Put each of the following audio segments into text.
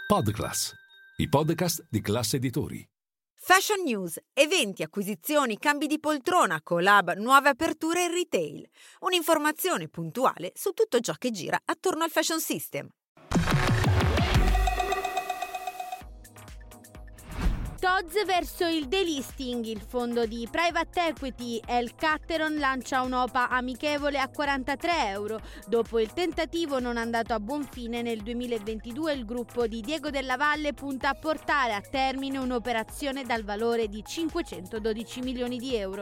Podclass, i podcast di Class Editori. Fashion News, eventi, acquisizioni, cambi di poltrona, collab, nuove aperture in retail. Un'informazione puntuale su tutto ciò che gira attorno al fashion system. Tod's verso il delisting. Il fondo di private equity El Cateron lancia un'OPA amichevole a €43. Dopo il tentativo non andato a buon fine nel 2022, il gruppo di Diego Della Valle punta a portare a termine un'operazione dal valore di €512 milioni.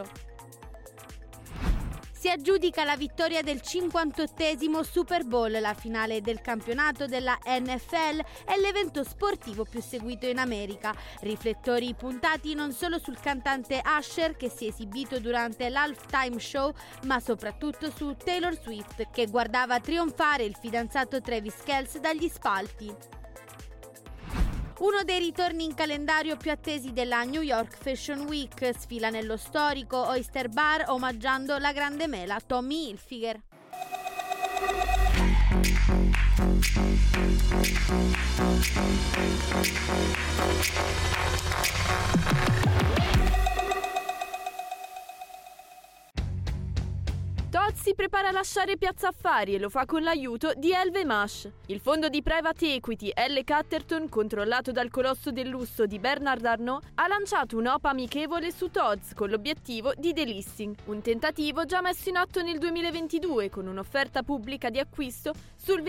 Si aggiudica la vittoria del 58esimo Super Bowl. La finale del campionato della NFL è l'evento sportivo più seguito in America. Riflettori puntati non solo sul cantante Usher, che si è esibito durante l'halftime show, ma soprattutto su Taylor Swift, che guardava trionfare il fidanzato Travis Kelce dagli spalti. Uno dei ritorni in calendario più attesi della New York Fashion Week sfila nello storico Oyster Bar omaggiando la grande mela Tommy Hilfiger. Tod's si prepara a lasciare Piazza Affari e lo fa con l'aiuto di LVMH. Il fondo di private equity L. Catterton, controllato dal colosso del lusso di Bernard Arnault, ha lanciato un'OPA amichevole su Tod's con l'obiettivo di delisting, un tentativo già messo in atto nel 2022 con un'offerta pubblica di acquisto sul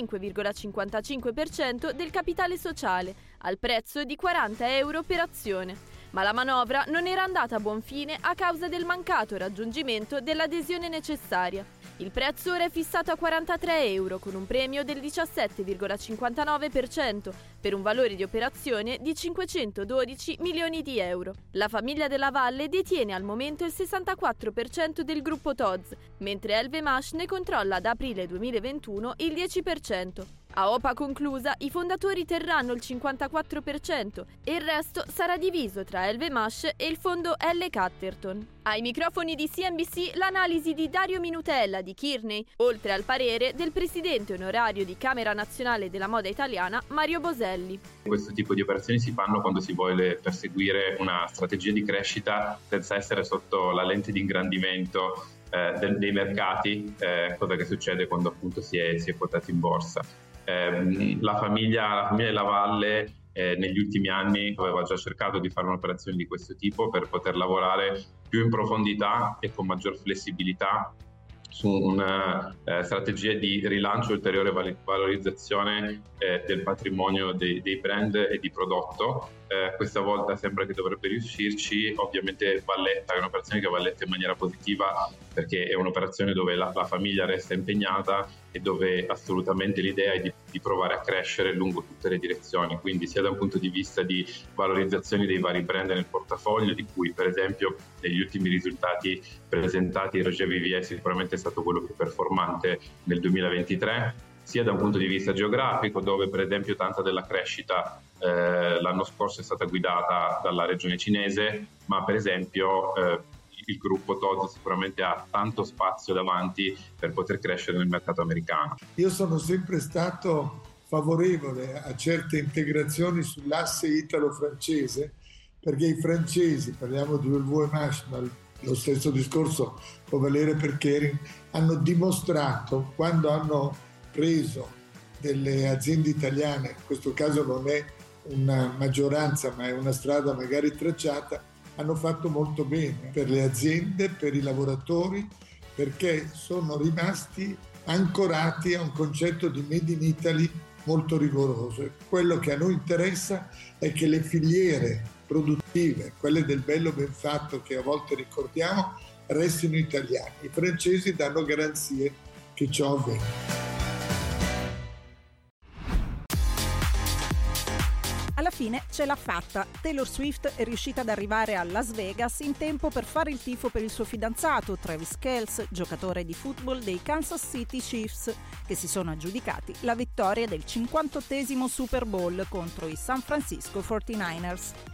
25,55% del capitale sociale, al prezzo di €40 per azione. Ma la manovra non era andata a buon fine a causa del mancato raggiungimento dell'adesione necessaria. Il prezzo ora è fissato a €43 con un premio del 17,59% per un valore di operazione di €512 milioni. La famiglia Della Valle detiene al momento il 64% del gruppo Tod's, mentre LVMH ne controlla ad aprile 2021 il 10%. A OPA conclusa, i fondatori terranno il 54% e il resto sarà diviso tra LVMH e il fondo L. Catterton. Ai microfoni di CNBC l'analisi di Dario Minutella di Kearney, oltre al parere del presidente onorario di Camera Nazionale della Moda Italiana, Mario Boselli. Questo tipo di operazioni si fanno quando si vuole perseguire una strategia di crescita senza essere sotto la lente di ingrandimento dei mercati, cosa che succede quando appunto si è quotati in borsa. La famiglia Della Valle negli ultimi anni aveva già cercato di fare un'operazione di questo tipo per poter lavorare più in profondità e con maggior flessibilità su una strategia di rilancio e ulteriore valorizzazione del patrimonio dei brand e di prodotto. Questa volta sembra che dovrebbe riuscirci. Ovviamente è un'operazione che valletta in maniera positiva perché è un'operazione dove la famiglia resta impegnata e dove assolutamente l'idea è di provare a crescere lungo tutte le direzioni, quindi sia da un punto di vista di valorizzazione dei vari brand nel portafoglio, di cui per esempio negli ultimi risultati presentati Roger Vivier sicuramente è stato quello più performante nel 2023, sia da un punto di vista geografico, dove per esempio tanta della crescita l'anno scorso è stata guidata dalla regione cinese, ma per esempio il gruppo Tod's sicuramente ha tanto spazio davanti per poter crescere nel mercato americano. Io sono sempre stato favorevole a certe integrazioni sull'asse italo-francese, perché i francesi, parliamo di LVMH, ma lo stesso discorso può valere per Kering, hanno dimostrato, quando hanno preso delle aziende italiane, in questo caso non è una maggioranza ma è una strada magari tracciata, hanno fatto molto bene per le aziende, per i lavoratori, perché sono rimasti ancorati a un concetto di Made in Italy molto rigoroso. E quello che a noi interessa è che le filiere produttive, quelle del bello ben fatto che a volte ricordiamo, restino italiane. I francesi danno garanzie che ciò avvenga. Alla fine ce l'ha fatta. Taylor Swift è riuscita ad arrivare a Las Vegas in tempo per fare il tifo per il suo fidanzato Travis Kelce, giocatore di football dei Kansas City Chiefs, che si sono aggiudicati la vittoria del 58esimo Super Bowl contro i San Francisco 49ers.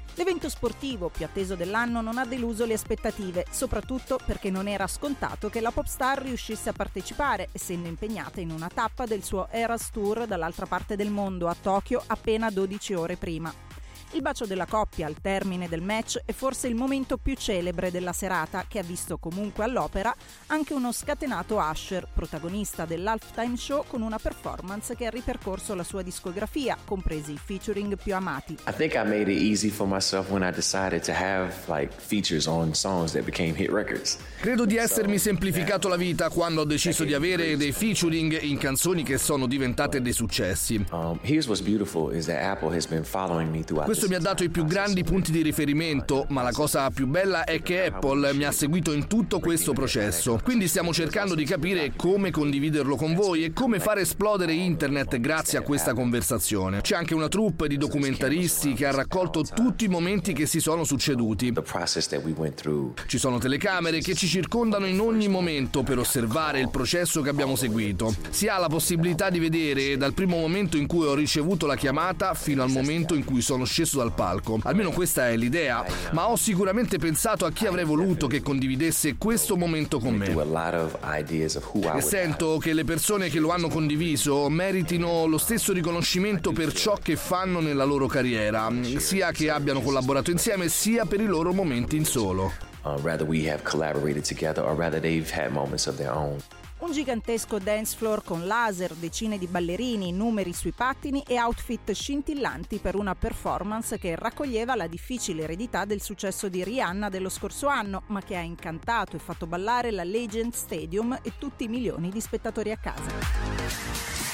L'evento sportivo più atteso dell'anno non ha deluso le aspettative, soprattutto perché non era scontato che la popstar riuscisse a partecipare, essendo impegnata in una tappa del suo Eras Tour dall'altra parte del mondo, a Tokyo, appena 12 ore prima. Il bacio della coppia al termine del match è forse il momento più celebre della serata, che ha visto comunque all'opera anche uno scatenato Usher, protagonista dell'halftime show, con una performance che ha ripercorso la sua discografia, compresi i featuring più amati. I think I made it easy for myself when I decided to have features on songs that became hit records. Credo di essermi semplificato la vita quando ho deciso di avere dei featuring in canzoni che sono diventate dei successi. Here's what's beautiful is that Apple has been following me throughout. Questo mi ha dato i più grandi punti di riferimento, ma la cosa più bella è che Apple mi ha seguito in tutto questo processo. Quindi stiamo cercando di capire come condividerlo con voi e come fare esplodere internet grazie a questa conversazione. C'è anche una troupe di documentaristi che ha raccolto tutti i momenti che si sono succeduti. Ci sono telecamere che ci circondano in ogni momento per osservare il processo che abbiamo seguito. Si ha la possibilità di vedere dal primo momento in cui ho ricevuto la chiamata fino al momento in cui sono sceso dal palco. Almeno questa è l'idea, ma ho sicuramente pensato a chi avrei voluto che condividesse questo momento con me. E sento che le persone che lo hanno condiviso meritino lo stesso riconoscimento per ciò che fanno nella loro carriera, sia che abbiano collaborato insieme, sia per i loro momenti in solo. Rather we have collaborated together or rather they've had moments of their own. Un gigantesco dance floor con laser, decine di ballerini, numeri sui pattini e outfit scintillanti per una performance che raccoglieva la difficile eredità del successo di Rihanna dello scorso anno, ma che ha incantato e fatto ballare la Legend Stadium e tutti i milioni di spettatori a casa.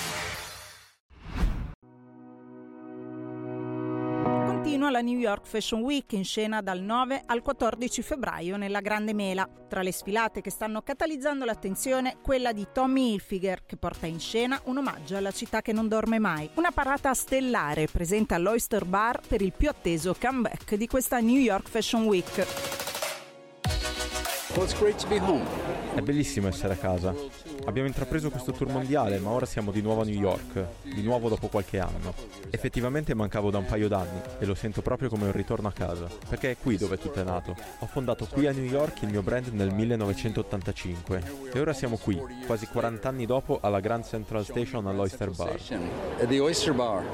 Continua la New York Fashion Week, in scena dal 9 al 14 febbraio nella Grande Mela. Tra le sfilate che stanno catalizzando l'attenzione, quella di Tommy Hilfiger, che porta in scena un omaggio alla città che non dorme mai. Una parata stellare presente all'Oyster Bar per il più atteso comeback di questa New York Fashion Week. È bellissimo essere a casa. Abbiamo intrapreso questo tour mondiale, ma ora siamo di nuovo a New York, di nuovo dopo qualche anno. Effettivamente mancavo da un paio d'anni e lo sento proprio come un ritorno a casa, perché è qui dove tutto è nato. Ho fondato qui a New York il mio brand nel 1985 e ora siamo qui, quasi 40 anni dopo, alla Grand Central Station all'Oyster Bar.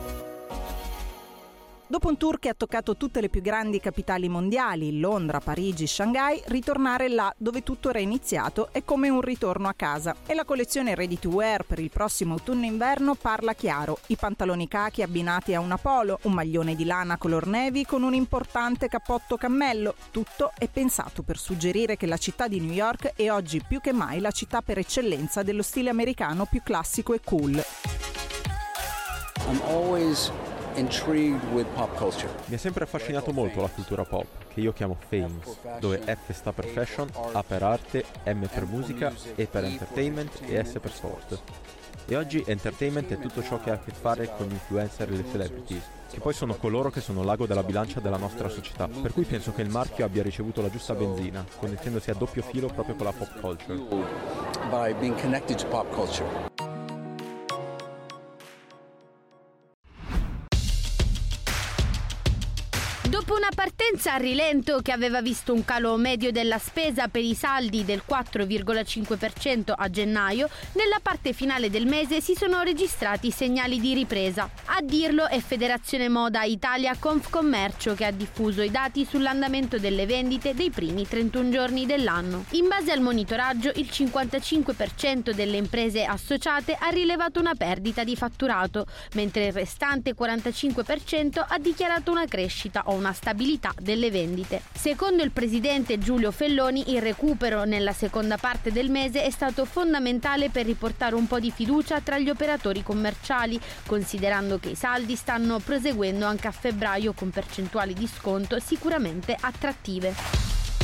Dopo un tour che ha toccato tutte le più grandi capitali mondiali, Londra, Parigi, Shanghai, ritornare là dove tutto era iniziato è come un ritorno a casa. E la collezione ready to wear per il prossimo autunno-inverno parla chiaro. I pantaloni cachi abbinati a una polo, un maglione di lana color navy con un importante cappotto cammello. Tutto è pensato per suggerire che la città di New York è oggi più che mai la città per eccellenza dello stile americano più classico e cool. Mi ha sempre affascinato molto la cultura pop, che io chiamo Famous, dove F sta per fashion, A per arte, M per musica, E per entertainment e S per sport. E oggi entertainment è tutto ciò che ha a che fare con gli influencer e le celebrities, che poi sono coloro che sono l'ago della bilancia della nostra società, per cui penso che il marchio abbia ricevuto la giusta benzina, connettendosi a doppio filo proprio con la pop culture. Dopo una partenza a rilento che aveva visto un calo medio della spesa per i saldi del 4,5% a gennaio, nella parte finale del mese si sono registrati segnali di ripresa. A dirlo è Federazione Moda Italia Confcommercio, che ha diffuso i dati sull'andamento delle vendite dei primi 31 giorni dell'anno. In base al monitoraggio, il 55% delle imprese associate ha rilevato una perdita di fatturato, mentre il restante 45% ha dichiarato una crescita o una stabilità delle vendite. Secondo il presidente Giulio Felloni, il recupero nella seconda parte del mese è stato fondamentale per riportare un po' di fiducia tra gli operatori commerciali, considerando che i saldi stanno proseguendo anche a febbraio con percentuali di sconto sicuramente attrattive.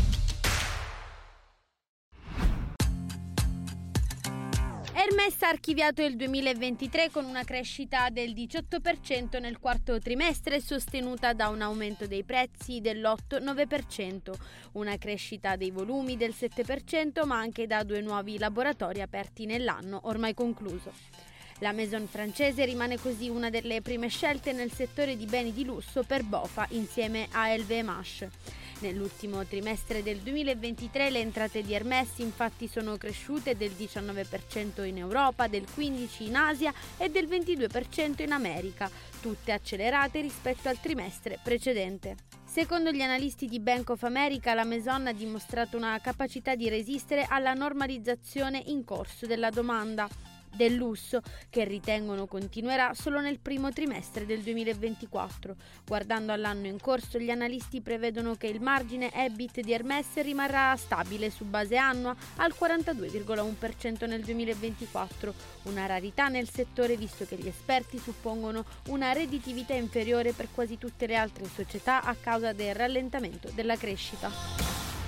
Hermès ha archiviato il 2023 con una crescita del 18% nel quarto trimestre, sostenuta da un aumento dei prezzi dell'8-9%, una crescita dei volumi del 7%, ma anche da 2 nuovi laboratori aperti nell'anno ormai concluso. La maison francese rimane così una delle prime scelte nel settore di beni di lusso per Bofa insieme a LVMH. Nell'ultimo trimestre del 2023 le entrate di Hermès infatti sono cresciute del 19% in Europa, del 15% in Asia e del 22% in America, tutte accelerate rispetto al trimestre precedente. Secondo gli analisti di Bank of America, la Maison ha dimostrato una capacità di resistere alla normalizzazione in corso della domanda del lusso, che ritengono continuerà solo nel primo trimestre del 2024. Guardando all'anno in corso, gli analisti prevedono che il margine EBIT di Hermès rimarrà stabile su base annua al 42,1% nel 2024, una rarità nel settore visto che gli esperti suppongono una redditività inferiore per quasi tutte le altre società a causa del rallentamento della crescita.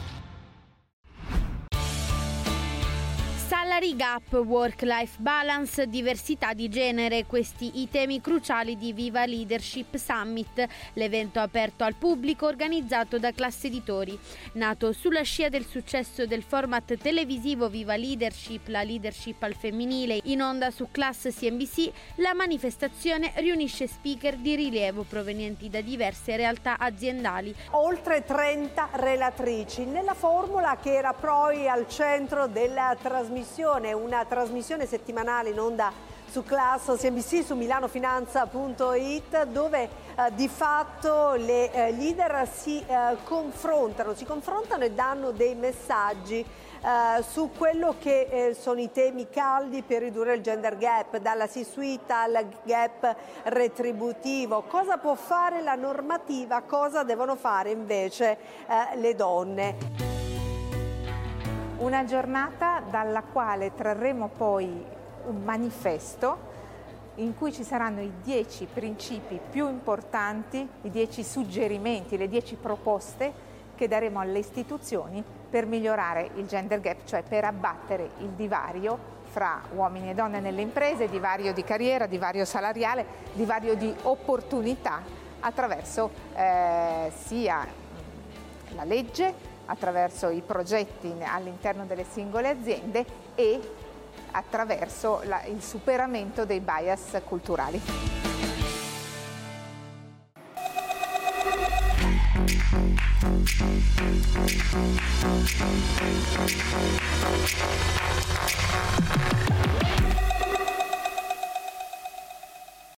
Salary gap, work-life balance, diversità di genere, questi i temi cruciali di Viva Leadership Summit, l'evento aperto al pubblico organizzato da Class Editori. Nato sulla scia del successo del format televisivo Viva Leadership, la leadership al femminile, in onda su Class CNBC, la manifestazione riunisce speaker di rilievo provenienti da diverse realtà aziendali. Oltre 30 relatrici nella formula che era poi al centro della trasmissione, una trasmissione settimanale in onda su Class CNBC, su milanofinanza.it, dove di fatto le leader si confrontano e danno dei messaggi su quello che sono i temi caldi per ridurre il gender gap, dalla C-suite al gap retributivo. Cosa può fare la normativa, cosa devono fare invece le donne. Una giornata dalla quale trarremo poi un manifesto in cui ci saranno i 10 principi più importanti, i 10 suggerimenti, le 10 proposte che daremo alle istituzioni per migliorare il gender gap, cioè per abbattere il divario fra uomini e donne nelle imprese, divario di carriera, divario salariale, divario di opportunità attraverso sia la legge, attraverso i progetti all'interno delle singole aziende e attraverso il superamento dei bias culturali.